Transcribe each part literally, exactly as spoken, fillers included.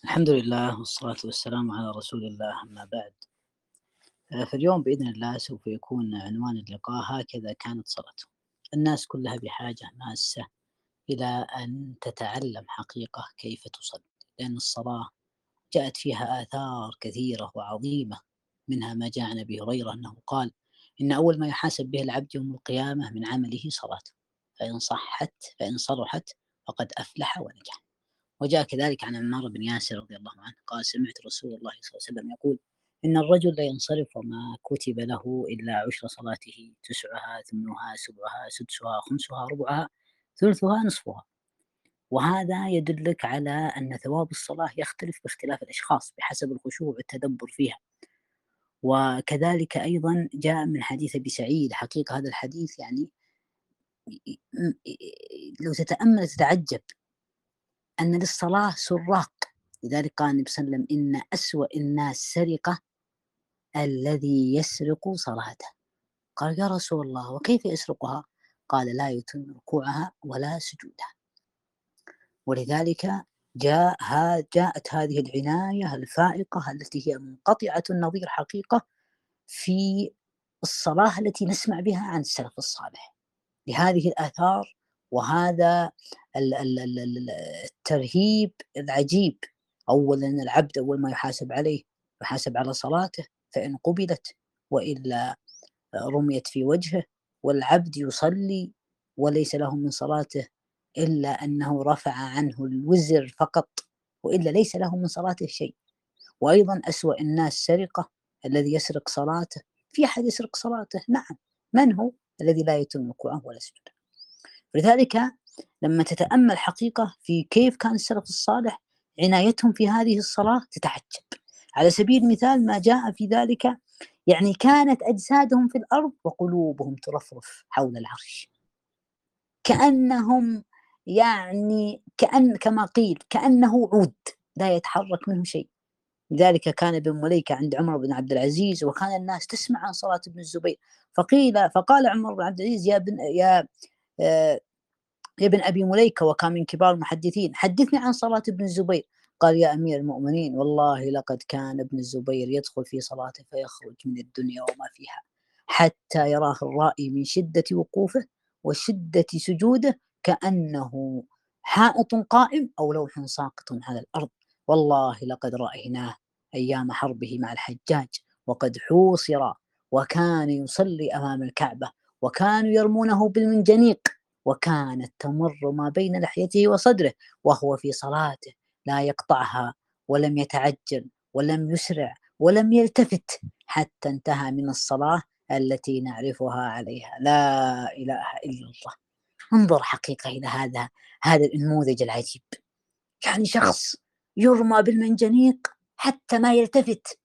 الحمد لله والصلاة والسلام على رسول الله، أما بعد. آه، فاليوم بإذن الله سوف يكون عنوان اللقاء هكذا كانت صلاته. الناس كلها بحاجة ماسة إلى أن تتعلم حقيقة كيف تصلي، لأن الصلاة جاءت فيها آثار كثيرة وعظيمة، منها ما جاء عن أبي هريرة أنه قال: إن أول ما يحاسب به العبد يوم القيامة من عمله صلاته، فإن صحت فإن صلحت فقد أفلح ونجح. وجاء كذلك عن عمار بن ياسر رضي الله عنه قال: سمعت رسول الله صلى الله عليه وسلم يقول: إن الرجل لينصرف وما كتب له إلا عشر صلاته، تسعها ثمنها سبعها سدسها خمسها ربعها ثلثها نصفها. وهذا يدلك على أن ثواب الصلاة يختلف باختلاف الأشخاص بحسب الخشوع والتدبر فيها. وكذلك أيضا جاء من حديث أبي سعيد، حقيقة هذا الحديث يعني لو تتأمل تتعجب أن للصلاة سراق. لذلك قال النبي صلى الله عليه وسلم: إن أسوأ الناس سرقة الذي يسرق صلاته. قال: يا رسول الله وكيف يسرقها؟ قال: لا يتم ركوعها ولا سجودها. ولذلك جاء جاءت هذه العناية الفائقة التي هي منقطعة النظير حقيقة في الصلاة التي نسمع بها عن السلف الصالح، لهذه الآثار وهذا الترهيب العجيب. أولا العبد أول ما يحاسب عليه يحاسب على صلاته، فإن قبلت وإلا رميت في وجهه. والعبد يصلي وليس له من صلاته إلا أنه رفع عنه الوزر فقط، وإلا ليس له من صلاته شيء. وأيضا أسوأ الناس سرقة الذي يسرق صلاته. في أحد يسرق صلاته؟ نعم. من هو؟ الذي لا يتم ركوعه ولا سجوده. لذلك لما تتأمل حقيقة في كيف كان السلف الصالح عنايتهم في هذه الصلاة تتعجب. على سبيل المثال ما جاء في ذلك، يعني كانت أجسادهم في الأرض وقلوبهم ترفرف حول العرش، كأنهم يعني كأن كما قيل كأنه عود لا يتحرك منه شيء. لذلك كان ابن مليكة عند عمر بن عبد العزيز، وكان الناس تسمع عن صلاة ابن الزبير، فقيل فقال عمر بن عبد العزيز: يا ابن يا آه يا ابن أبي مليكة، وكان من كبار المحدثين، حدثني عن صلاة ابن الزبير. قال: يا أمير المؤمنين، والله لقد كان ابن الزبير يدخل في صلاته فيخرج من الدنيا وما فيها حتى يراه الرائي من شدة وقوفه وشدة سجوده كأنه حائط قائم أو لوح ساقط على الأرض. والله لقد رأيناه أيام حربه مع الحجاج وقد حوصر، وكان يصلي أمام الكعبة، وكانوا يرمونه بالمنجنيق، وكانت تمر ما بين لحيته وصدره وهو في صلاته لا يقطعها، ولم يتعجل ولم يسرع ولم يلتفت حتى انتهى من الصلاة التي نعرفها عليها. لا إله إلا الله. انظر حقيقة إلى هذا هذا النموذج العجيب، يعني شخص يرمى بالمنجنيق حتى ما يلتفت.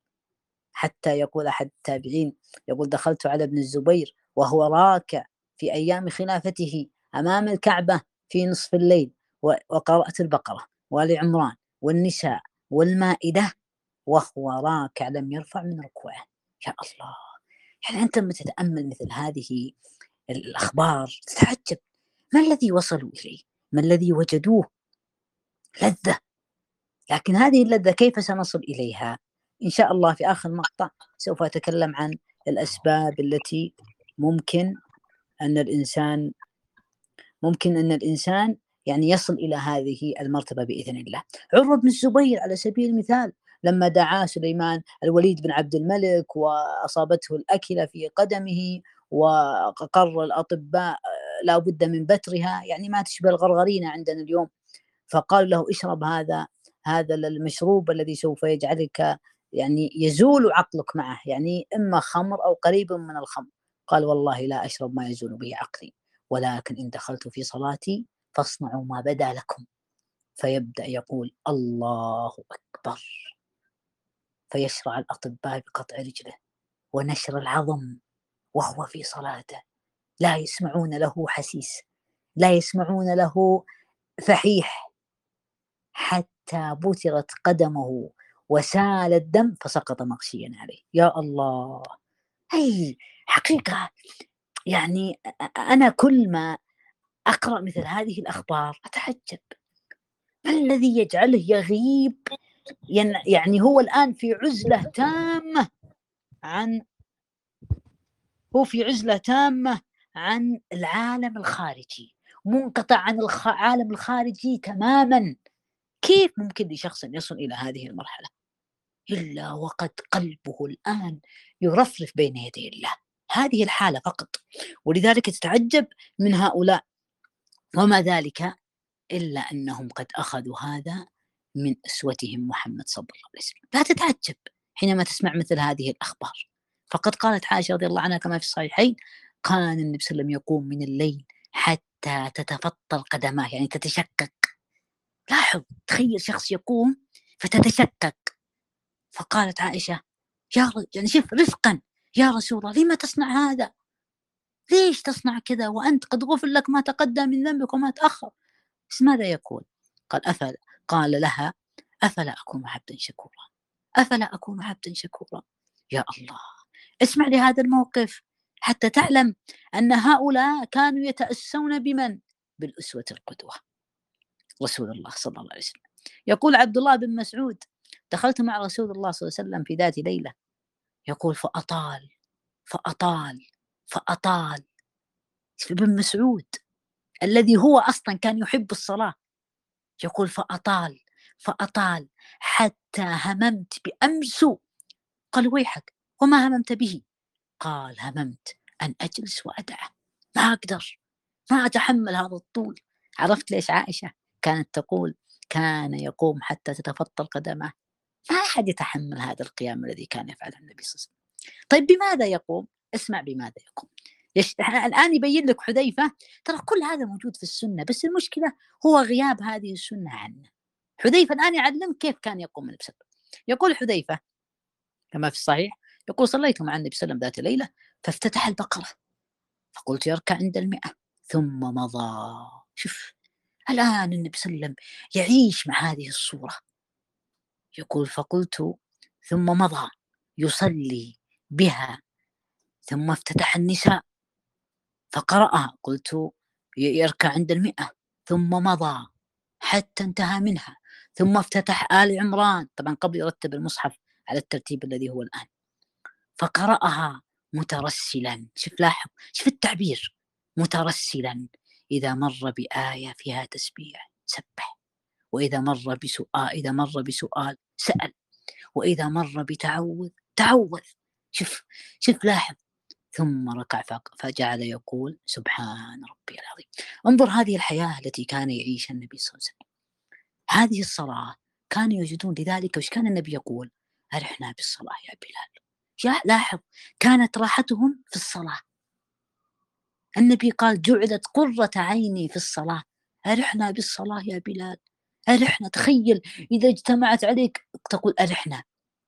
حتى يقول أحد التابعين، يقول: دخلت على ابن الزبير وهو راكع في أيام خلافته أمام الكعبة في نصف الليل، وقرأت البقرة وآل عمران والنساء والمائدة وهو راكع لم يرفع من ركوعه. يا الله، يعني أنت لما تتأمل مثل هذه الأخبار تتعجب، ما الذي وصلوا إليه؟ ما الذي وجدوه؟ لذة. لكن هذه اللذة كيف سنصل إليها؟ إن شاء الله في آخر مقطع سوف أتكلم عن الأسباب التي ممكن أن الإنسان ممكن أن الإنسان يعني يصل إلى هذه المرتبة بإذن الله. عروة بن الزبير على سبيل المثال، لما دعا سليمان الوليد بن عبد الملك وأصابته الأكلة في قدمه وقرر الأطباء لا بد من بترها، يعني ما تشبه الغرغرينة عندنا اليوم، فقال له: اشرب هذا هذا المشروب الذي سوف يجعلك يعني يزول عقلك معه، يعني إما خمر أو قريب من الخمر. قال: والله لا أشرب ما يزول به عقلي، ولكن إن دخلت في صلاتي فاصنعوا ما بدا لكم. فيبدأ يقول: الله أكبر، فيشرع الأطباء بقطع رجله ونشر العظم وهو في صلاته، لا يسمعون له حسيس، لا يسمعون له فحيح، حتى بترت قدمه وسال الدم فسقط مغشيا عليه. يا الله، هي حقيقة. يعني أنا كل ما أقرأ مثل هذه الأخبار أتعجب، ما الذي يجعله يغيب؟ يعني هو الآن في عزلة تامة عن هو في عزلة تامة عن العالم الخارجي، منقطع عن العالم الخارجي تماما. كيف ممكن لشخص يصل إلى هذه المرحلة إلا وقد قلبه الآن يرفرف بين يدي الله؟ هذه الحالة فقط. ولذلك تتعجب من هؤلاء، وما ذلك إلا أنهم قد أخذوا هذا من أسوتهم محمد صلى الله عليه وسلم. لا تتعجب حينما تسمع مثل هذه الأخبار. فقد قالت عائشة رضي الله عنها كما في الصحيحين: كان النبي صلى الله عليه وسلم يقوم من الليل حتى تتفطر قدماه، يعني تتشكك. لاحظ، تخيل شخص يقوم فتتشكك. فقالت عائشة: يا رجل، يعني شوف رفقا، يا رسول الله لما تصنع هذا؟ ليش تصنع كذا وأنت قد غفر لك ما تقدم من ذنبك وما تأخر؟ بس ماذا يقول؟ قال أفلا قال لها: أفلا أكون عبدا شكورا، أفلا أكون عبدا شكورا. يا الله، اسمع لهذا الموقف حتى تعلم أن هؤلاء كانوا يتأسون بمن؟ بالأسوة القدوة، رسول الله صلى الله عليه وسلم. يقول عبد الله بن مسعود: دخلت مع رسول الله صلى الله عليه وسلم في ذات ليلة، يقول فأطال فأطال فأطال. ابن مسعود الذي هو أصلا كان يحب الصلاة يقول فأطال فأطال حتى هممت بأمس. قال: ويحك، وما هممت به؟ قال: هممت أن أجلس وأدعه، ما أقدر، ما أتحمل هذا الطول. عرفت ليش عائشة كانت تقول كان يقوم حتى تتفطر قدمه؟ ما أحد يتحمل هذا القيام الذي كان يفعله النبي صلى الله عليه وسلم. طيب بماذا يقوم؟ اسمع بماذا يقوم. يش... الآن يبين لك حذيفة ترى كل هذا موجود في السنة، بس المشكلة هو غياب هذه السنة عنه. حذيفة الآن يعلم كيف كان يقوم النبي صلى الله عليه وسلم. يقول حذيفة كما في الصحيح، يقول: صليت مع النبي صلى الله عليه وسلم ذات ليلة فافتتح البقرة فقلت يركع عند المئة ثم مضى. شوف الآن النبي صلى الله عليه وسلم يعيش مع هذه الصورة. يقول: فقلت ثم مضى يصلي بها ثم افتتح النساء فقرأها، قلت يركع عند المئة ثم مضى حتى انتهى منها ثم افتتح آل عمران، طبعا قبل يرتب المصحف على الترتيب الذي هو الآن، فقرأها مترسلا. شوف لاحظ، شوف التعبير، مترسلا. إذا مر بآية فيها تسبيح سبح، وإذا مر بسؤال إذا مر بسؤال سأل، وإذا مر بتعوذ تعوذ. شوف شوف لاحظ. ثم ركع فجعل يقول: سبحان ربي العظيم. انظر هذه الحياة التي كان يعيشها النبي صلى الله عليه وسلم، هذه الصلاة كانوا يجدون. لذلك وش كان النبي يقول؟ أرحنا بالصلاة يا بلال. يا لاحظ، كانت راحتهم في الصلاة. النبي قال: جعلت قرة عيني في الصلاة. أرحنا بالصلاة يا بلال، أرحنا. تخيل إذا اجتمعت عليك تقول أرحنا.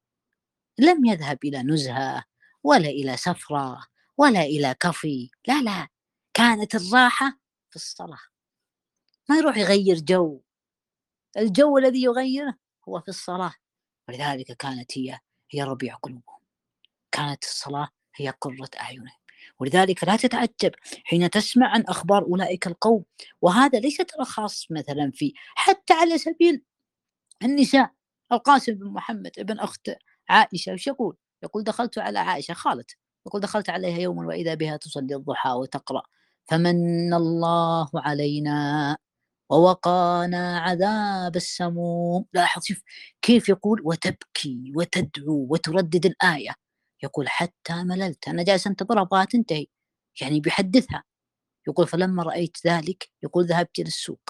لم يذهب إلى نزهة ولا إلى سفرة ولا إلى كفي، لا لا، كانت الراحة في الصلاة. ما يروح يغير جو، الجو الذي يغيره هو في الصلاة. ولذلك كانت هي هي ربيع قلوبهم، كانت الصلاة هي قرة أعينهم. ولذلك لا تتعجب حين تسمع عن أخبار أولئك القوم. وهذا ليس ترى خاص مثلا في، حتى على سبيل النساء. القاسم بن محمد ابن أخت عائشة وش يقول؟ يقول: دخلت على عائشة خالت، يقول: دخلت عليها يوما وإذا بها تصلي الضحى وتقرأ: فمن الله علينا ووقانا عذاب السموم. لاحظ شوف كيف يقول: وتبكي وتدعو وتردد الآية. يقول: حتى مللت، أنا جالس أنتظر أبغاها تنتهي، يعني بيحدثها. يقول: فلما رأيت ذلك، يقول ذهبت إلى السوق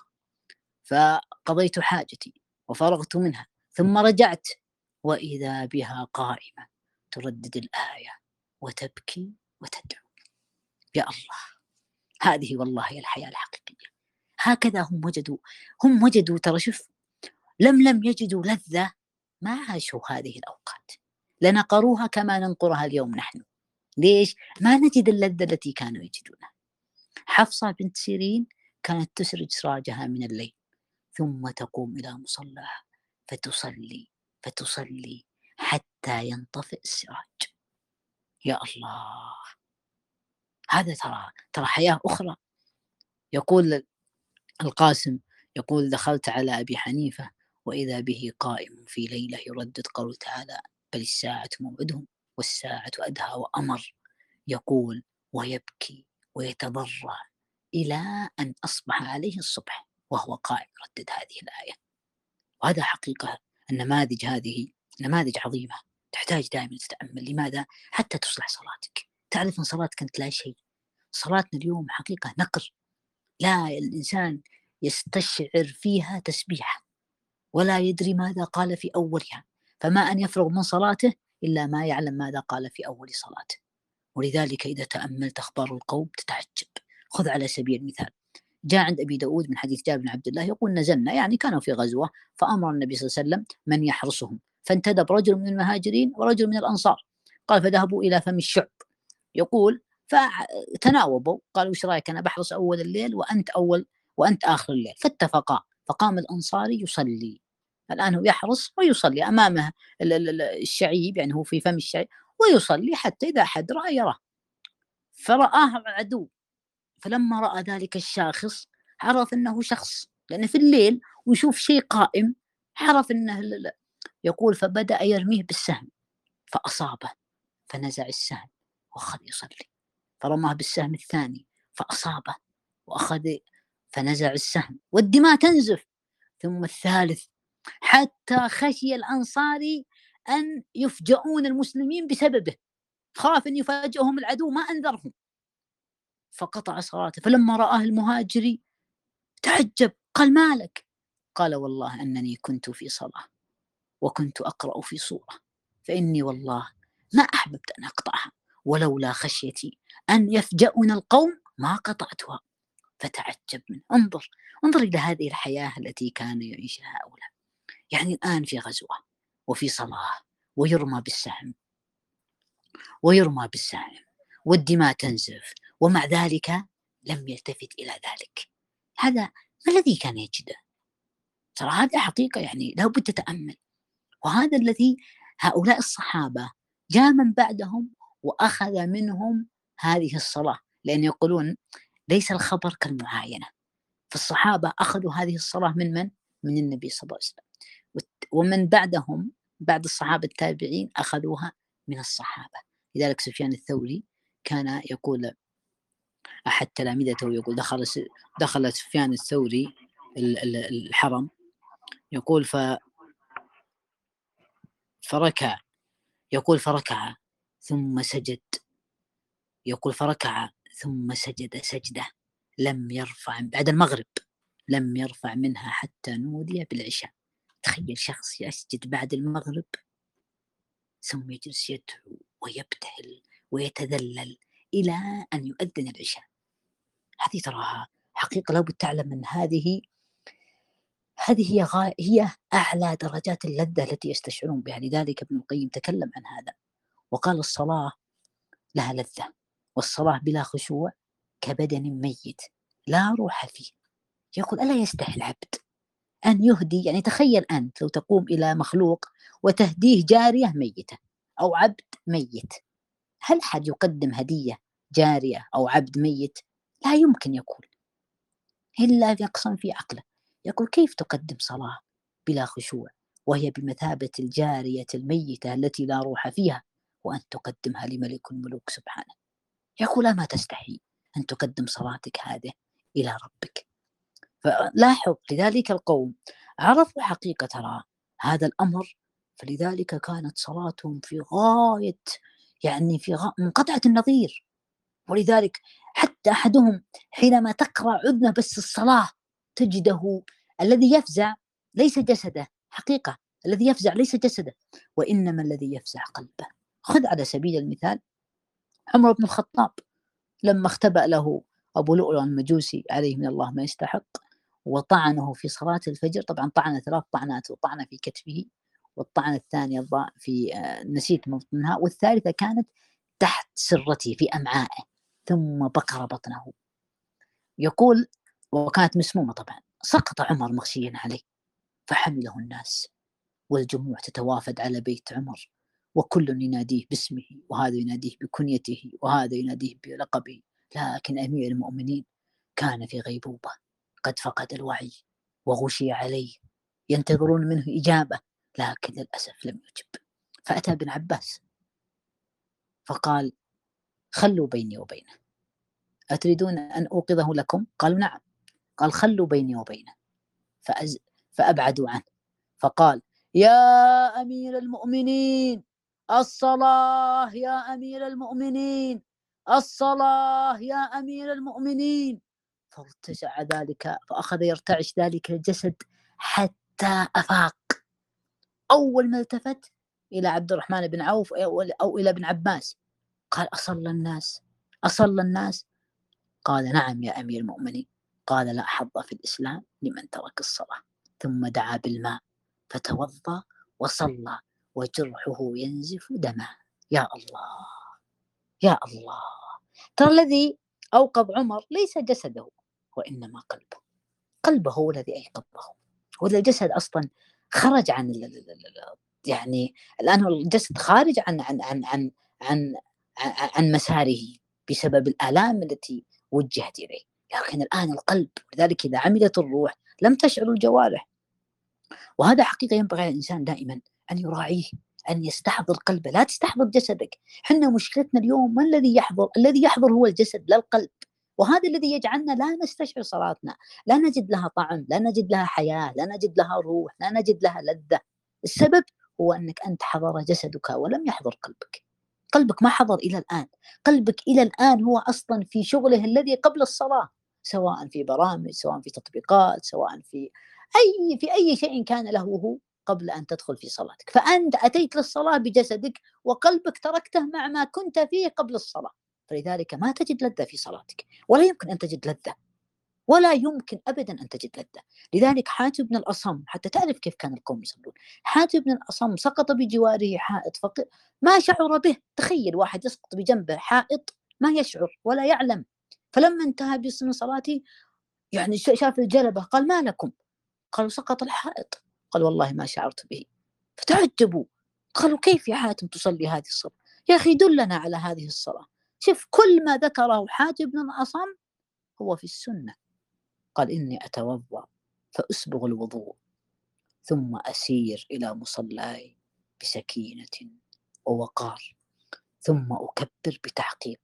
فقضيت حاجتي وفرغت منها ثم رجعت وإذا بها قائمة تردد الآية وتبكي وتدعو. يا الله، هذه والله هي الحياة الحقيقية. هكذا هم وجدوا هم وجدوا ترى شوف، لم لم يجدوا لذة ما عاشوا هذه الأوقات، لنقروها كما ننقرها اليوم نحن. ليش؟ ما نجد اللذة التي كانوا يجدونها. حفصة بنت سيرين كانت تسرج سراجها من الليل ثم تقوم إلى مصلاها فتصلي فتصلي حتى ينطفئ السراج. يا الله، هذا ترى ترى حياة أخرى. يقول القاسم: يقول دخلت على أبي حنيفة وإذا به قائم في ليلة يردد قوله تعالى بل الساعة موعدهم والساعة أدهى وأمر. يقول ويبكي ويتضرع إلى أن أصبح عليه الصبح وهو قائم يردد هذه الآية. وهذا حقيقة النماذج هذه نماذج عظيمة تحتاج دائما تتأمل. لماذا؟ حتى تصلح صلاتك. تعرف أن صلاتك كانت لا شيء. صلاتنا اليوم حقيقة نقر، لا الإنسان يستشعر فيها تسبيحة ولا يدري ماذا قال في أولها، فما أن يفرغ من صلاته إلا ما يعلم ماذا قال في أول صلاته. ولذلك إذا تأملت أخبار القوم تتعجب. خذ على سبيل المثال، جاء عند أبي داود من حديث جابر بن عبد الله يقول نزلنا، يعني كانوا في غزوة، فأمر النبي صلى الله عليه وسلم من يحرسهم، فانتدب رجل من المهاجرين ورجل من الأنصار، قال فذهبوا إلى فم الشعب. يقول فتناوبوا، قالوا وش رأيك أنا بحرس أول الليل وأنت أول وأنت آخر الليل، فاتفقا. فقام الأنصاري يصلي، الآن هو يحرس ويصلي أمامه الشعيب، يعني هو في فم الشعيب ويصلي حتى إذا حد رأى يراه. فرآه العدو، فلما رأى ذلك الشاخص عرف أنه شخص، لأنه في الليل ويشوف شيء قائم عرف أنه لا. يقول فبدأ يرميه بالسهم فأصابه فنزع السهم وأخذ يصلي، فرماه بالسهم الثاني فأصابه وأخذ فنزع السهم والدماء تنزف، ثم الثالث، حتى خشي الأنصاري أن يفجؤون المسلمين بسببه، خاف أن يفاجئهم العدو ما أنذرهم، فقطع صلاته. فلما رآه المهاجري تعجب، قال ما لك؟ قال والله أنني كنت في صلاة وكنت أقرأ في سورة، فإني والله ما أحببت أن أقطعها، ولولا خشيتي أن يفجأنا القوم ما قطعتها. فتعجب منه. انظر انظر إلى هذه الحياة التي كان يعيشها هؤلاء، يعني الآن في غزوة وفي صلاة ويرمى بالسهم ويرمى بالسهم والدماء تنزف، ومع ذلك لم يلتفت إلى ذلك. هذا ما الذي كان يجده؟ ترى هذه حقيقة يعني لا بد تتأمل. وهذا الذي هؤلاء الصحابة جاء من بعدهم وأخذ منهم هذه الصلاة، لأن يقولون ليس الخبر كالمعاينة، فالصحابة أخذوا هذه الصلاة من من؟ من النبي صلى الله عليه وسلم، ومن بعدهم بعد الصحابة التابعين أخذوها من الصحابة. لذلك سفيان الثوري كان يقول أحد تلامذته يقول دخل دخل سفيان الثوري الحرم، يقول ف فركع يقول فركع ثم سجد، يقول فركع ثم سجد سجدة لم يرفع بعد المغرب، لم يرفع منها حتى نودي بالعشاء. تخيل شخص يسجد بعد المغرب ثم يجلس يدعو ويبتهل ويتذلل إلى أن يؤذن العشاء. هذه تراها حقيقة لابد تعلم من هذه هذه هي, غا... هي أعلى درجات اللذة التي يستشعرون بها. لذلك ابن القيم تكلم عن هذا وقال الصلاة لها لذة، والصلاة بلا خشوع كبدن ميت لا روح فيه. يقول ألا يستحي العبد أن يهدي، يعني تخيل أنت لو تقوم إلى مخلوق وتهديه جارية ميتة أو عبد ميت، هل أحد يقدم هدية جارية أو عبد ميت؟ لا يمكن يكون إلا يقصن في عقله. يقول كيف تقدم صلاة بلا خشوع وهي بمثابة الجارية الميتة التي لا روح فيها، وأن تقدمها لملك الملوك سبحانه؟ يقول أما تستحي أن تقدم صلاتك هذه إلى ربك؟ فلاحظ لذلك القوم عرفوا حقيقة ترى هذا الأمر، فلذلك كانت صلاتهم في غاية يعني في غاية منقطعة النظير. ولذلك حتى أحدهم حينما تقرأ عدنا بس الصلاة تجده الذي يفزع ليس جسده، حقيقة الذي يفزع ليس جسده وإنما الذي يفزع قلبه. خذ على سبيل المثال عمر بن الخطاب لما اختبأ له أبو لؤلؤ المجوسي عليه من الله ما يستحق وطعنه في صلاة الفجر، طبعا طعنه ثلاث طعنات، وطعنه في كتفه، والطعنة الثانية في نسيت منها، والثالثة كانت تحت سرته في أمعائه ثم بقر بطنه. يقول وكانت مسمومة طبعا. سقط عمر مغشيا عليه فحمله الناس والجموع تتوافد على بيت عمر وكل يناديه باسمه، وهذا يناديه بكنيته وهذا يناديه بلقبه، لكن أمير المؤمنين كان في غيبوبة قد فقد الوعي وغشي عليه ينتظرون منه إجابة، لكن للأسف لم يجب. فأتى ابن عباس فقال خلوا بيني وبينه، أتريدون أن أوقظه لكم؟ قالوا نعم. قال خلوا بيني وبينه، فأز... فأبعدوا عنه، فقال يا أمير المؤمنين الصلاة، يا أمير المؤمنين الصلاة، يا أمير المؤمنين. فارتجع ذلك، فأخذ يرتعش ذلك الجسد حتى أفاق. أول ما التفت إلى عبد الرحمن بن عوف أو إلى ابن عباس قال أصلى الناس؟ أصلى الناس؟ قال نعم يا أمير المؤمنين. قال لا حظ في الإسلام لمن ترك الصلاة. ثم دعا بالماء فتوضأ وصلى وجرحه ينزف دما. يا الله يا الله. ترى الذي أوقظ عمر ليس جسده وإنما قلبه. قلبه هو الذي أيقظه، وإذا الجسد أصلا خرج عن يعني الآن الجسد خارج عن عن عن عن عن, عن مساره بسبب الآلام التي وجهت إليه، لكن الآن القلب، لذلك إذا عملت الروح لم تشعر الجوارح. وهذا حقيقة ينبغي على الإنسان دائما أن يراعيه، أن يستحضر قلبه، لا تستحضر جسدك. حنا مشكلتنا اليوم ما الذي يحضر؟ الذي يحضر هو الجسد لا القلب، وهذا الذي يجعلنا لا نستشعر صلاتنا، لا نجد لها طعم، لا نجد لها حياة، لا نجد لها روح، لا نجد لها لذة. السبب هو أنك أنت حضر جسدك ولم يحضر قلبك. قلبك ما حضر إلى الآن. قلبك إلى الآن هو أصلا في شغله الذي قبل الصلاة، سواء في برامج، سواء في تطبيقات، سواء في أي في أي شيء كان له هو قبل أن تدخل في صلاتك. فأنت أتيت للصلاة بجسدك وقلبك تركته مع ما كنت فيه قبل الصلاة، فلذلك ما تجد لذة في صلاتك، ولا يمكن أن تجد لذة، ولا يمكن أبدا أن تجد لذة. لذلك حاتم بن الأصم، حتى تعرف كيف كان القوم يصلون، حاتم بن الأصم سقط بجواره حائط فق... ما شعر به. تخيل واحد يسقط بجنبه حائط ما يشعر ولا يعلم. فلما انتهى من صلاته يعني شاف الجلبة قال ما لكم؟ قالوا سقط الحائط. قال والله ما شعرت به. فتعجبوا، قالوا كيف يا حاتم تصلي هذه الصلاة؟ يا أخي دلنا على هذه الصلاة. شوف كل ما ذكره حاتم بن الأصم هو في السنة. قال إني أتوضأ فأسبغ الوضوء ثم أسير إلى مصلاي بسكينة ووقار، ثم أكبر بتحقيق،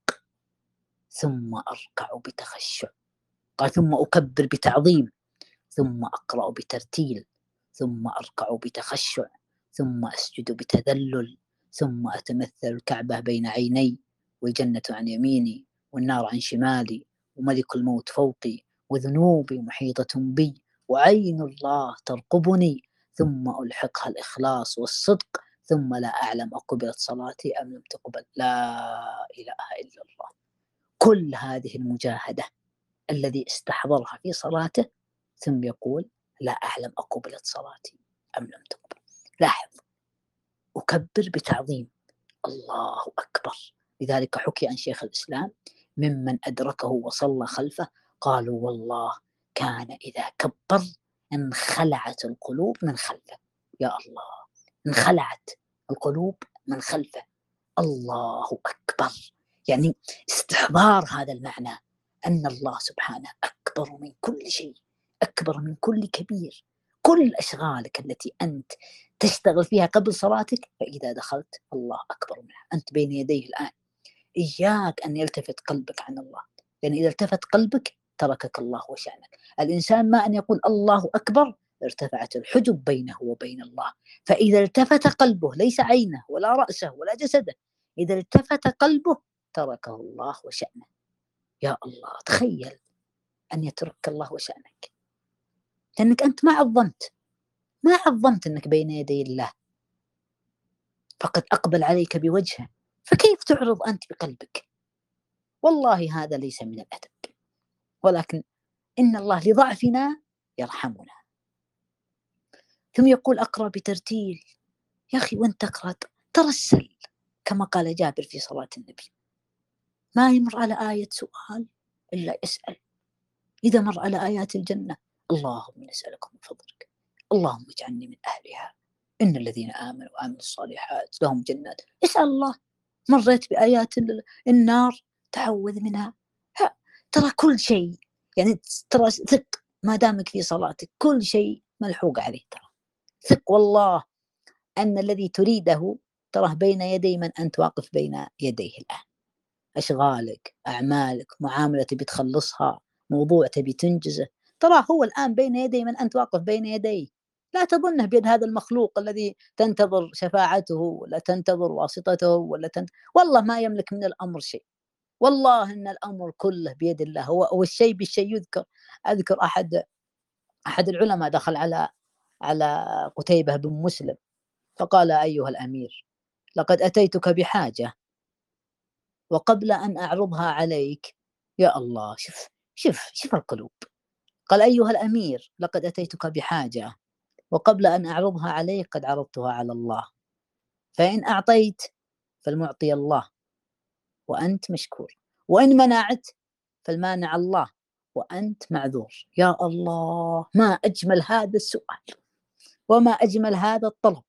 ثم أركع بتخشع. قال ثم أكبر بتعظيم، ثم أقرأ بترتيل، ثم أركع بتخشع، ثم أسجد بتذلل، ثم أتمثل الكعبة بين عيني، والجنة عن يميني والنار عن شمالي، وملك الموت فوقي، وذنوبي محيطة بي، وعين الله ترقبني، ثم ألحقها الإخلاص والصدق، ثم لا أعلم أقبلت صلاتي أم لم تقبل. لا إله إلا الله. كل هذه المجاهدة الذي استحضرها في صلاته ثم يقول لا أعلم أقبلت صلاتي أم لم تقبل. لاحظ، أكبر بتعظيم، الله أكبر. لذلك حكي عن شيخ الإسلام ممن أدركه وصلى خلفه قالوا والله كان إذا كبر انخلعت القلوب من خلفه. يا الله، انخلعت القلوب من خلفه. الله أكبر، يعني استحضار هذا المعنى أن الله سبحانه أكبر من كل شيء، أكبر من كل كبير. كل أشغالك التي أنت تشتغل فيها قبل صلاتك، فإذا دخلت الله أكبر منها، أنت بين يديه الآن. إياك أن يلتفت قلبك عن الله، لأن إذا التفت قلبك تركك الله وشأنك. الإنسان ما أن يقول الله أكبر ارتفعت الحجب بينه وبين الله. فإذا التفت قلبه، ليس عينه ولا رأسه ولا جسده، إذا التفت قلبه تركه الله وشأنه. يا الله، تخيل أن يترك الله وشأنك، لأنك أنت ما عظمت ما عظمت أنك بين يدي الله، فقد أقبل عليك بوجهه، فكيف تعرض أنت بقلبك؟ والله هذا ليس من الأدب، ولكن إن الله لضعفنا يرحمنا. ثم يقول أقرأ بترتيل. يا أخي وانت تقرأ ترسل، كما قال جابر في صلاة النبي ما يمر على آية سؤال إلا يسأل. إذا مر على آيات الجنة اللهم نسألك من فضلك، اللهم اجعلني من أهلها، إن الذين آمنوا وعملوا الصالحات لهم جنات. اسأل الله. مريت بآيات النار تعوذ منها. ترى كل شيء، يعني ترى ثق ما دامك في صلاتك كل شيء ملحوق عليه. ترى ثق والله أن الذي تريده تراه بين يدي من أنت واقف بين يديه الآن. أشغالك، أعمالك، معاملة تبي تخلصها، موضوع تبي تنجزه، تراه هو الآن بين يدي من أنت واقف بين يديه. لا تظنه بيد هذا المخلوق الذي تنتظر شفاعته ولا تنتظر واسطته ولا تنت... والله ما يملك من الأمر شيء. والله إن الأمر كله بيد الله. هو والشيء بالشيء يذكر. أذكر أحد أحد العلماء دخل على على قتيبة بن مسلم فقال: أيها الأمير، لقد أتيتك بحاجة وقبل أن أعرضها عليك، يا الله، شوف شوف شوف القلوب. قال: أيها الأمير، لقد أتيتك بحاجة وقبل أن أعرضها عليك قد عرضتها على الله، فإن أعطيت فالمعطي الله وأنت مشكور، وإن منعت فالمانع الله وأنت معذور. يا الله، ما أجمل هذا السؤال وما أجمل هذا الطلب.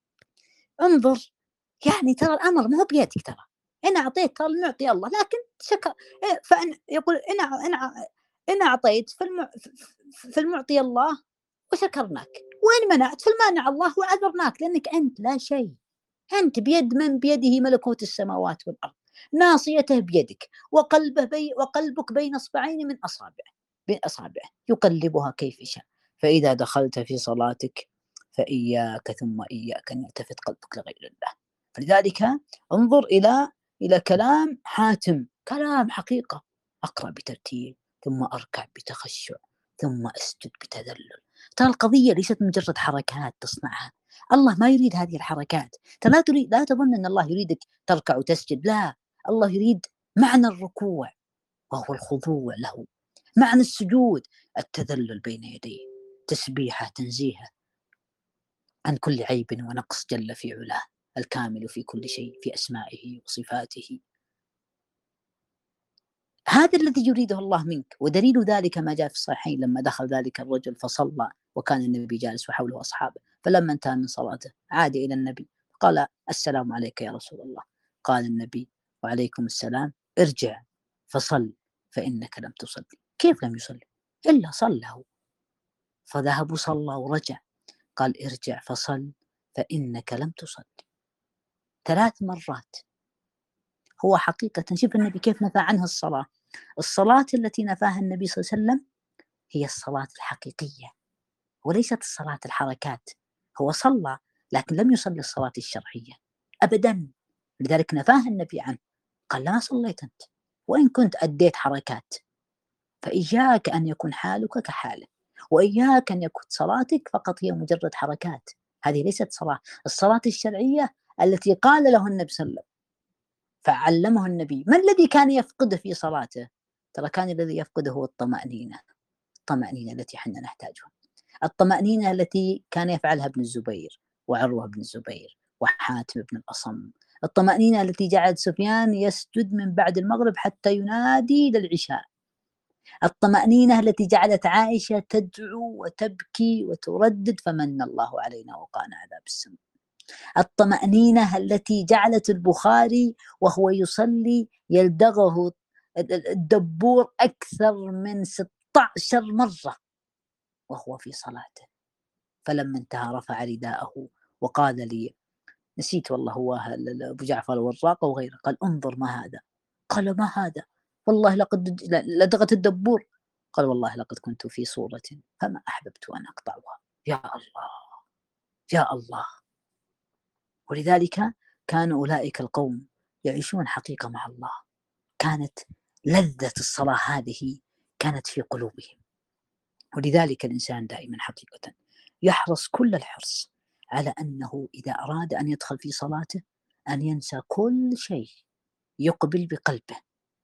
انظر، يعني ترى الأمر ما هو بيدك، ترى إن أعطيت ترى المعطي الله، لكن شكر. فإن يقول إن إن إن أعطيت فالمعطي الله وشكرناك، وإن منعت فالمانع الله وعذرناك، لأنك أنت لا شيء. أنت بيد من بيده ملكوت السماوات والأرض، ناصيته بيدك، وقلبه بي وقلبك بين أصبعين من أصابعه بين أصابعه يقلبها كيف شاء. فإذا دخلت في صلاتك فإياك ثم إياك أن يلتفت قلبك لغير الله. فلذلك انظر إلى إلى كلام حاتم، كلام حقيقة. أقرأ بترتيل ثم أركع بتخشع ثم أسجد بتذلل. ترى القضية ليست مجرد حركات تصنعها. الله ما يريد هذه الحركات. لا تريد لا تظن أن الله يريدك تركع وتسجد، لا. الله يريد معنى الركوع وهو الخضوع له، معنى السجود التذلل بين يديه، تسبيحه تنزيهه عن كل عيب ونقص جل في علاه الكامل في كل شيء، في أسمائه وصفاته. هذا الذي يريده الله منك. ودليل ذلك ما جاء في الصحيحين لما دخل ذلك الرجل فصلى وكان النبي جالس وحوله أصحابه، فلما انتهى من صلاته عاد إلى النبي قال: السلام عليك يا رسول الله. قال النبي: وعليكم السلام، ارجع فصل فإنك لم تصلي. كيف لم يصلي؟ إلا صلى، فذهب وصلى ورجع. قال: ارجع فصل فإنك لم تصلي. ثلاث مرات. هو حقيقة شوف النبي كيف نفى عنها الصلاة. الصلاة التي نفاها النبي صلى الله عليه وسلم هي الصلاة الحقيقية وليست الصلاة الحركات. هو صلى لكن لم يصلي الصلاة الشرعية أبدا، لذلك نفاها النبي عنه. قال: لا صليت أنت وإن كنت أديت حركات، فإياك أن يكون حالك كحاله، وإياك أن يكون صلاتك فقط هي مجرد حركات. هذه ليست صلاة. الصلاة الشرعية التي قال له النبي صلى الله عليه وسلم فعلمه النبي. ما الذي كان يفقده في صلاته؟ ترى كان الذي يفقده هو الطمأنينة. الطمأنينة التي حنا نحتاجها، الطمأنينة التي كان يفعلها ابن الزبير وعروة بن الزبير وحاتم بن الأصم، الطمأنينة التي جعل سفيان يسجد من بعد المغرب حتى ينادي للعشاء، الطمأنينة التي جعلت عائشة تدعو وتبكي وتردد: فمن الله علينا وقانا عذاب السموم. الطمأنينة التي جعلت البخاري وهو يصلي يلدغه الدبور أكثر من ستة عشر مرة وهو في صلاته، فلما انتهى رفع رداءه وقال لي، نسيت والله هو أبو جعفر الوراق وغيره، قال: انظر ما هذا. قال: ما هذا؟ والله لقد لدغت الدبور. قال: والله لقد كنت في صورة فما أحببت أن أقطعها. يا الله يا الله. ولذلك كان أولئك القوم يعيشون حقيقة مع الله. كانت لذة الصلاة هذه كانت في قلوبهم. ولذلك الإنسان دائما حقيقة يحرص كل الحرص على أنه إذا أراد أن يدخل في صلاته أن ينسى كل شيء، يقبل بقلبه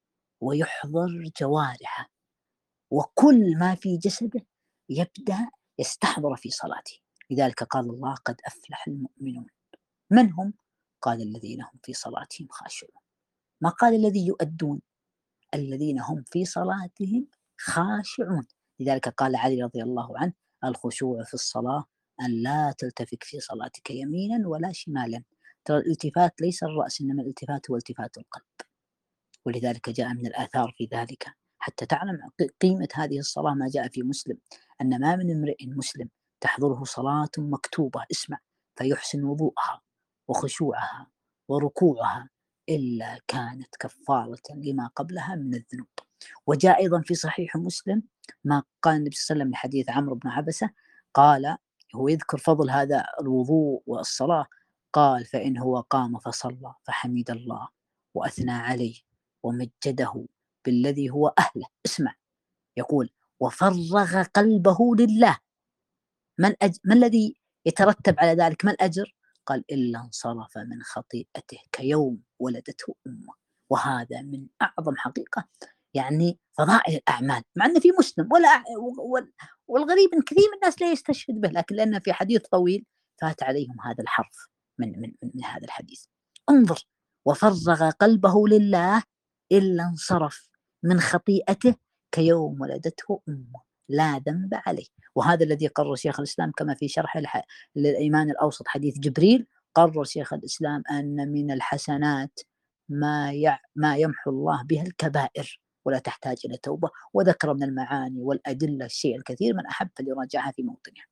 ويحضر جوارحه، وكل ما في جسده يبدأ يستحضر في صلاته. لذلك قال الله: قد أفلح المؤمنون. من هم؟ قال: الذين هم في صلاتهم خاشعون. ما قال الذي يؤدون، الذين هم في صلاتهم خاشعون. لذلك قال علي رضي الله عنه: الخشوع في الصلاة أن لا تلتفت في صلاتك يمينا ولا شمالا. ترى الالتفات ليس الرأس، إنما الالتفات هو التفات القلب. ولذلك جاء من الآثار في ذلك حتى تعلم قيمة هذه الصلاة. ما جاء في مسلم أن ما من امرئ مسلم تحضره صلاة مكتوبة، اسمع، فيحسن وضوءها وخشوعها وركوعها إلا كانت كفارة لما قبلها من الذنوب. وجاء أيضا في صحيح مسلم ما قال النبي صلى الله عليه وسلم لحديث عمرو بن عبسة، قال هو يذكر فضل هذا الوضوء والصلاة، قال فإن هو قام فصلى فحمد الله وأثنى عليه ومجده بالذي هو أهله، اسمع، يقول وفرغ قلبه لله، ما, أج... ما الذي يترتب على ذلك؟ ما الأجر؟ قال إلا انصرف من خطيئته كيوم ولدته أمه. وهذا من أعظم حقيقة يعني فضائل الأعمال، مع أنه في مسلم ولا والغريب أن كثير من الناس لا يستشهد به، لكن لأنه في حديث طويل فات عليهم هذا الحرف من, من, من هذا الحديث. انظر، وفرغ قلبه لله إلا انصرف من خطيئته كيوم ولدته أمه لا ذنب عليه. وهذا الذي قرر شيخ الإسلام كما في شرح للإيمان الأوسط حديث جبريل، قرر شيخ الإسلام أن من الحسنات ما ما يمحو الله بها الكبائر ولا تحتاج إلى توبة، وذكر من المعاني والأدلة الشيء الكثير، من أحب فليراجعها في موطنها.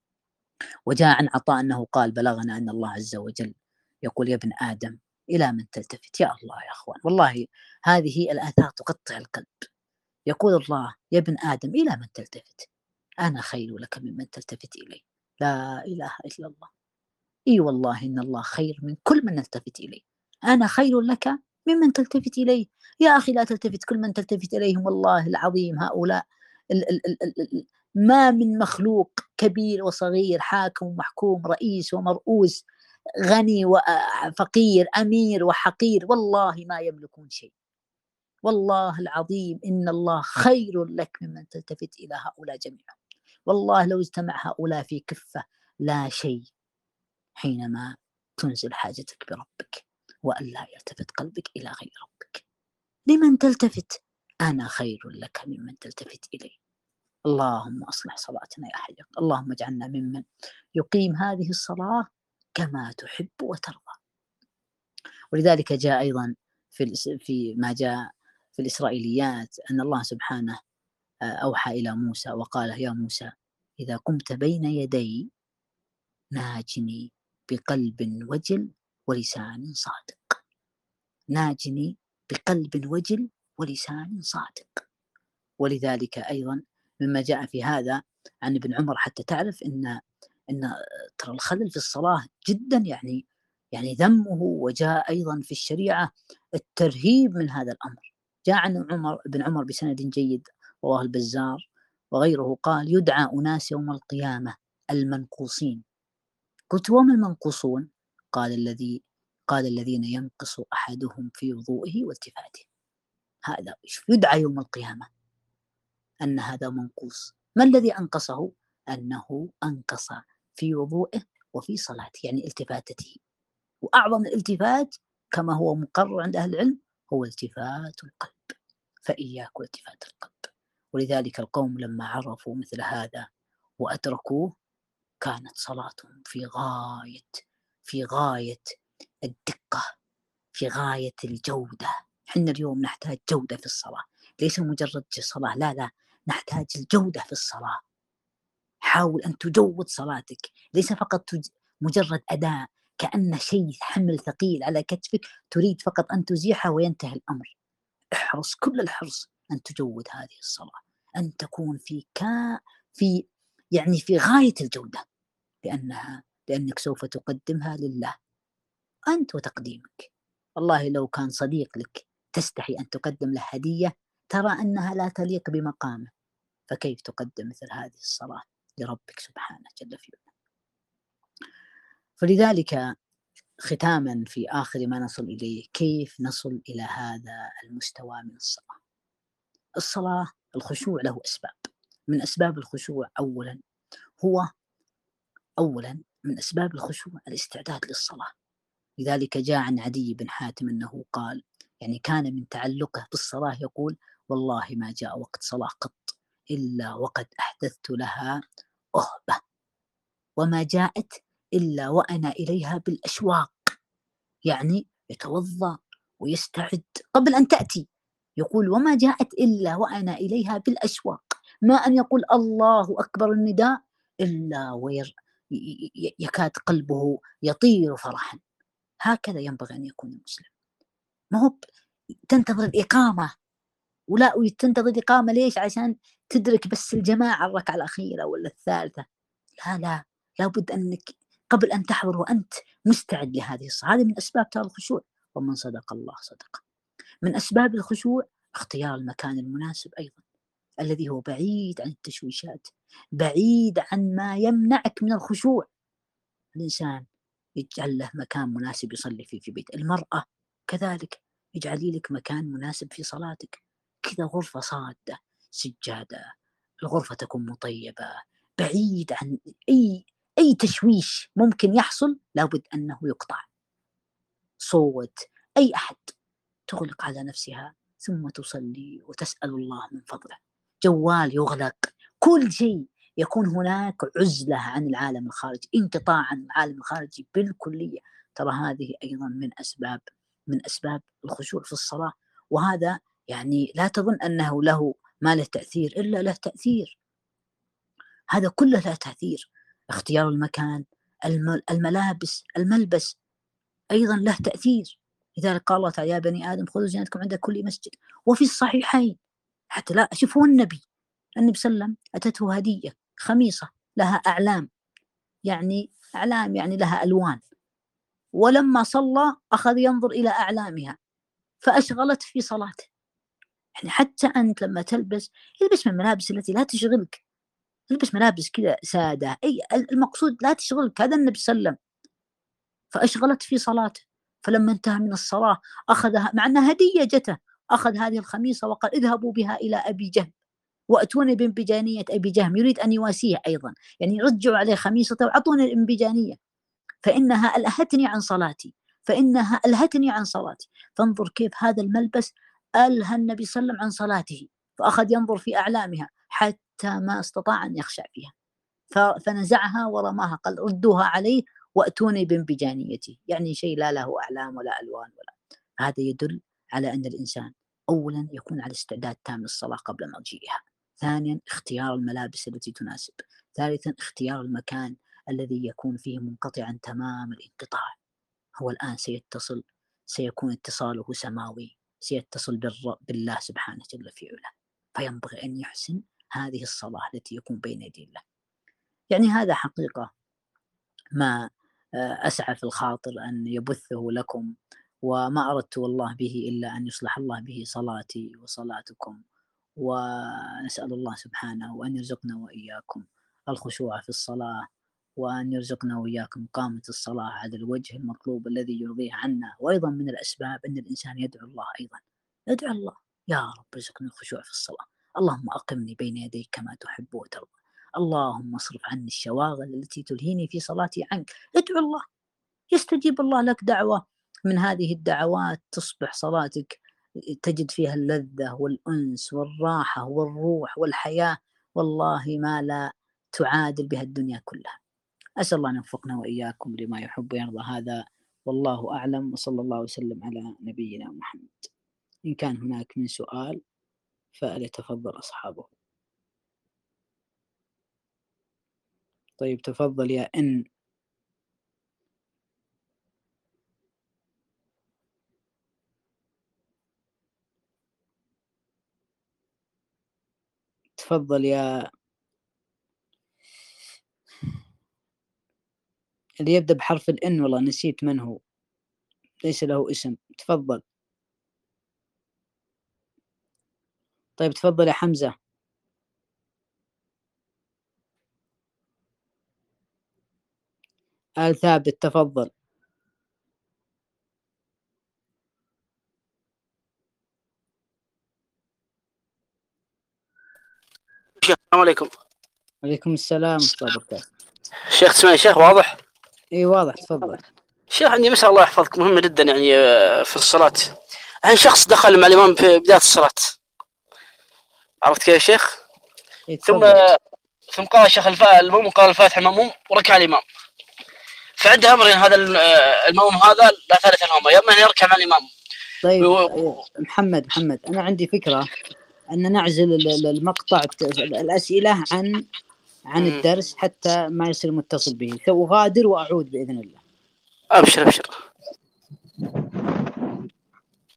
وجاء عن عطاء أنه قال بلغنا أن الله عز وجل يقول يا ابن آدم إلى من تلتفت؟ يا الله يا أخوان، والله هذه الآثار تقطع القلب. يقول الله يا ابن آدم إلى من تلتفت؟ أنا خير لك ممن تلتفت إليه. لا إله إلا الله. إي والله إن الله خير من كل من نلتفت إليه. أنا خير لك ممن تلتفت إليه. يا أخي لا تلتفت كل من تلتفت إليهم، والله العظيم هؤلاء ال ال ال ال ال ما من مخلوق كبير وصغير، حاكم ومحكوم، رئيس ومرؤوس، غني وفقير، أمير وحقير، والله ما يملكون شيء. والله العظيم إن الله خير لك ممن تلتفت إلى هؤلاء جميعا. والله لو اجتمع هؤلاء في كفة لا شيء حينما تنزل حاجتك بربك وألا يلتفت قلبك إلى غير ربك. لمن تلتفت؟ أنا خير لك ممن تلتفت إليه. اللهم أصلح صلاتنا يا حي، اللهم اجعلنا ممن يقيم هذه الصلاة كما تحب وترضى. ولذلك جاء أيضا في في ما جاء في الإسرائيليات أن الله سبحانه أوحى إلى موسى وقال يا موسى إذا قمت بين يدي ناجني بقلب وجل ولسان صادق. ناجني بقلب وجل ولسان صادق. ولذلك أيضا مما جاء في هذا عن ابن عمر، حتى تعرف أن أن ترى الخلل في الصلاة جدا يعني يعني ذمه. وجاء أيضا في الشريعة الترهيب من هذا الأمر. جاء عن عمر ابن عمر بسند جيد رواه البزار وغيره قال يدعى أناس يوم القيامة المنقوصين. قلت وما المنقوصون؟ قال الذي قال الذين ينقص أحدهم في وضوئه والتفاته. هذا يدعى يوم القيامة أن هذا منقوص. ما الذي أنقصه؟ أنه أنقص في وضوئه وفي صلاته، يعني التفاتته. وأعظم الالتفات كما هو مقرر عند أهل العلم هو التفات القلب، فإياك والتفات القلب. ولذلك القوم لما عرفوا مثل هذا وأدركوه كانت صلاتهم في غاية في غاية الدقة، في غاية الجودة. حنا اليوم نحتاج جودة في الصلاة، ليس مجرد صلاة، لا لا، نحتاج الجودة في الصلاة. حاول أن تجود صلاتك، ليس فقط مجرد أداء كأن شيء حمل ثقيل على كتفك تريد فقط أن تزيحه وينتهي الأمر. احرص كل الحرص أن تجود هذه الصلاة، أن تكون في كا في يعني في غاية الجودة، لأنها لأنك سوف تقدمها لله أنت وتقديمك. والله لو كان صديق لك تستحي أن تقدم له هدية ترى أنها لا تليق بمقامه، فكيف تقدم مثل هذه الصلاة لربك سبحانه جل في علاه. فلذلك ختاما في آخر ما نصل إليه، كيف نصل إلى هذا المستوى من الصلاة؟ الصلاة الخشوع له أسباب. من أسباب الخشوع أولا هو أولا من أسباب الخشوع الاستعداد للصلاة. لذلك جاء عن عدي بن حاتم أنه قال يعني كان من تعلقه بالصلاة يقول والله ما جاء وقت صلاة قط إلا وقد أحدثت لها أهبة، وما جاءت إلا وأنا إليها بالأشواق. يعني يتوضأ ويستعد قبل أن تأتي، يقول وما جاءت إلا وأنا إليها بالأشواق، ما أن يقول الله أكبر النداء إلا وير يكاد قلبه يطير فرحا. هكذا ينبغي أن يكون المسلم، ما هو تنتظر الإقامة، ولا تنتظر الإقامة ليش؟ عشان تدرك بس الجماعة الركعة الأخيرة ولا الثالثة. لا لا، لابد أنك قبل أن تحضر وأنت مستعد لهذه الصلاة. هذه من أسباب ترى الخشوع. ومن صدق الله صدقه. من أسباب الخشوع اختيار المكان المناسب أيضا، الذي هو بعيد عن التشويشات، بعيد عن ما يمنعك من الخشوع. الإنسان يجعل له مكان مناسب يصلي فيه في بيت. المرأة كذلك، اجعلي لك مكان مناسب في صلاتك، كذا غرفة صادة، سجادة، الغرفة تكون مطيبة، بعيد عن أي أي تشويش ممكن يحصل، لابد أنه يقطع. صوت أي أحد تغلق على نفسها ثم تصلي وتسأل الله من فضله. جوال يغلق، كل شيء يكون هناك عزلة عن العالم الخارجي، انقطاع عن العالم الخارجي بالكلية. ترى هذه أيضا من أسباب من أسباب الخشوع في الصلاة. وهذا يعني لا تظن أنه له ما له تأثير، إلا له تأثير، هذا كله له تأثير. اختيار المكان، الملابس، الملبس أيضا له تأثير. لذلك قال الله تعالى يا بني آدم خذوا زينتكم عند كل مسجد. وفي الصحيحين حتى لا شوفوا النبي النبي صلى الله عليه وسلم أتته هدية خميصة لها أعلام، يعني أعلام يعني لها ألوان، ولما صلى أخذ ينظر إلى أعلامها فأشغلت في صلاته. يعني حتى أنت لما تلبس البس من الملابس التي لا تشغلك، تلبس ملابس كذا سادة، أي المقصود لا تشغلك. هذا النبي صلى الله عليه وسلم فأشغلت في صلاته. فلما انتهى من الصلاة أخذها، مع أنها هدية جته، أخذ هذه الخميصة وقال اذهبوا بها إلى أبي جهم وأتوني بانبجانية أبي جهم، يريد أن يواسيه أيضا، يعني رجعوا عليه خميصته وأعطوني الانبجانية، فإنها ألهتني عن صلاتي، فإنها ألهتني عن صلاتي. فانظر كيف هذا الملبس ألهى النبي صلى الله عليه وسلم عن صلاته، فأخذ ينظر في أعلامها حتى ما استطاع أن يخشع فيها، فنزعها ورماها، قال ردوها عليه وأتوني بانبجانيتي، يعني شيء لا له أعلام ولا ألوان ولا. هذا يدل على أن الإنسان أولا يكون على استعداد تام للصلاة قبل مجيئها، ثانيا اختيار الملابس التي تناسب، ثالثا اختيار المكان الذي يكون فيه منقطعا تمام الانقطاع. هو الآن سيتصل، سيكون اتصاله سماوي، سيتصل بالله سبحانه جل في علاه، فينبغي أن يحسن هذه الصلاة التي يكون بين يدي الله. يعني هذا حقيقة ما أسعى في الخاطر أن يبثه لكم، وما أردت والله به إلا أن يصلح الله به صلاتي وصلاتكم. ونسأل الله سبحانه وأن يرزقنا وإياكم الخشوع في الصلاة، وأن يرزقنا وإياكم قامة الصلاة على الوجه المطلوب الذي يرضيه عنا. وأيضا من الأسباب أن الإنسان يدعو الله، أيضا يدعو الله يا رب ارزقنا الخشوع في الصلاة، اللهم أقمني بين يديك كما تحب وترضى، اللهم اصرف عني الشواغل التي تلهيني في صلاتي عنك. ادعو الله يستجيب الله لك دعوة من هذه الدعوات، تصبح صلاتك تجد فيها اللذة والأنس والراحة والروح والحياة، والله ما لا تعادل بها الدنيا كلها. أسأل الله أن يوفقنا وإياكم لما يحب ويرضى. هذا والله أعلم، وصلى الله وسلم على نبينا محمد. إن كان هناك من سؤال فليتفضل أصحابه. طيب تفضل يا إن. تفضل يا اللي يبدأ بحرف الإن، والله نسيت من هو، ليس له اسم. تفضل. طيب تفضل يا حمزة. آل ثابت تفضل. شيخ السلام عليكم. عليكم السلام ورحمة الله وبركاته. شيخ تسمعني شيخ واضح؟ اي واضح تفضل. شيخ عندي مسألة الله يحفظك مهمة جدا يعني في الصلاة. الحين شخص دخل مع الإمام في بداية الصلاة، عرفت كيف يا شيخ؟ ثم ثم قال الشيخ المأموم قال الفاتحة المأموم وركع الإمام، فعنده أمرين، هذا المأموم هذا لا ثالث لهما، يا إما أن يركع مع الإمام طيب محمد محمد أنا عندي فكرة أن نعزل المقطع الأسئلة عن عن الدرس حتى ما يصير متصل به، سأغادر وأعود بإذن الله. أبشر أبشر.